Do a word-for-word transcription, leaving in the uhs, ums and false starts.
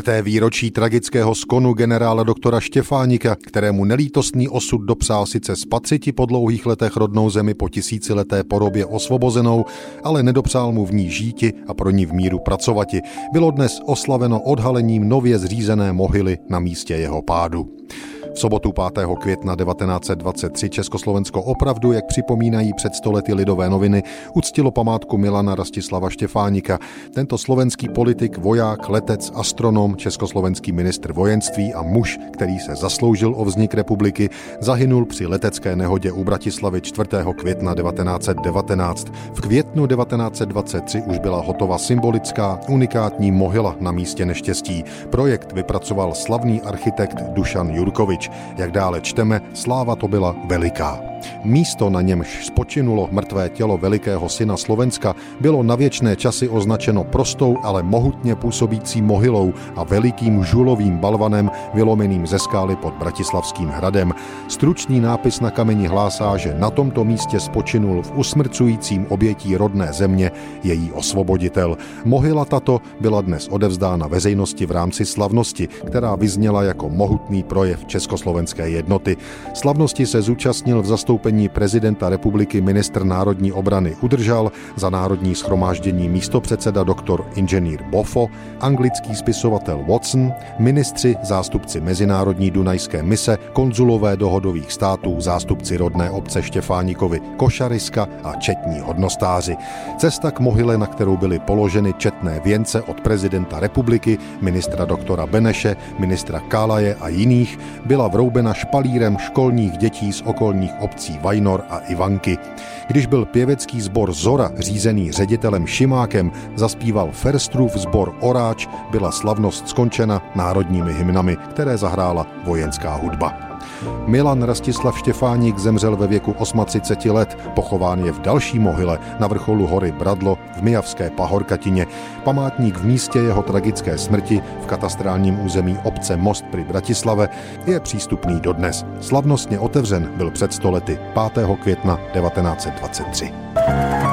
Čtvrté výročí tragického skonu generála doktora Štěfánika, kterému nelítostný osud dopřál sice spatřiti po dlouhých letech rodnou zemi po tisícileté porobě osvobozenou, ale nedopřál mu v ní žíti a pro ní v míru pracovati, bylo dnes oslaveno odhalením nově zřízené mohyly na místě jeho pádu. V sobotu pátého května devatenáct set dvacet tři Československo opravdu, jak připomínají před sto lety Lidové noviny, uctilo památku Milana Rastislava Štěfánika. Tento slovenský politik, voják, letec, astronom, československý ministr vojenství a muž, který se zasloužil o vznik republiky, zahynul při letecké nehodě u Bratislavy čtvrtého května devatenáct set devatenáct. V květnu devatenáct set dvacet tři už byla hotova symbolická, unikátní mohyla na místě neštěstí. Projekt vypracoval slavný architekt Dušan Jurkovič. Jak dále čteme, sláva to byla veliká. Místo, na němž spočinulo mrtvé tělo velikého syna Slovenska, bylo na věčné časy označeno prostou, ale mohutně působící mohylou a velikým žulovým balvanem vylomeným ze skály pod Bratislavským hradem. Stručný nápis na kameni hlásá, že na tomto místě spočinul v usmrcujícím obětí rodné země její osvoboditel. Mohyla tato byla dnes odevzdána veřejnosti v rámci slavnosti, která vyzněla jako mohutný projev československé jednoty. Slavnosti se zúčastnil v zastoupení prezidenta republiky ministr národní obrany Udržal, za národní shromáždění místopředseda doktor inženýr Bofo, anglický spisovatel Watson, ministři, zástupci Mezinárodní dunajské mise, konzulové dohodových států, zástupci rodné obce Štěfánikovi Košariska a četní hodnostáři. Cesta k mohyle, na kterou byly položeny četné věnce od prezidenta republiky, ministra doktora Beneše, ministra Kálaje a jiných, byla vroubena špalírem školních dětí z okolních obcí Vajnor a Ivanky. Když byl pěvecký sbor Zora, řízený ředitelem Šimákem, zaspíval Ferstrův sbor Oráč, byla slavnost skončena národními hymnami, které zahrála vojenská hudba. Milan Rastislav Štěfánik zemřel ve věku třicet osm let, pochován je v další mohyle na vrcholu hory Bradlo v Mijavské Pahorkatině. Památník v místě jeho tragické smrti v katastrálním území obce Most pri Bratislave je přístupný dodnes. Slavnostně otevřen byl před sto lety pátého května devatenáct set dvacet tři.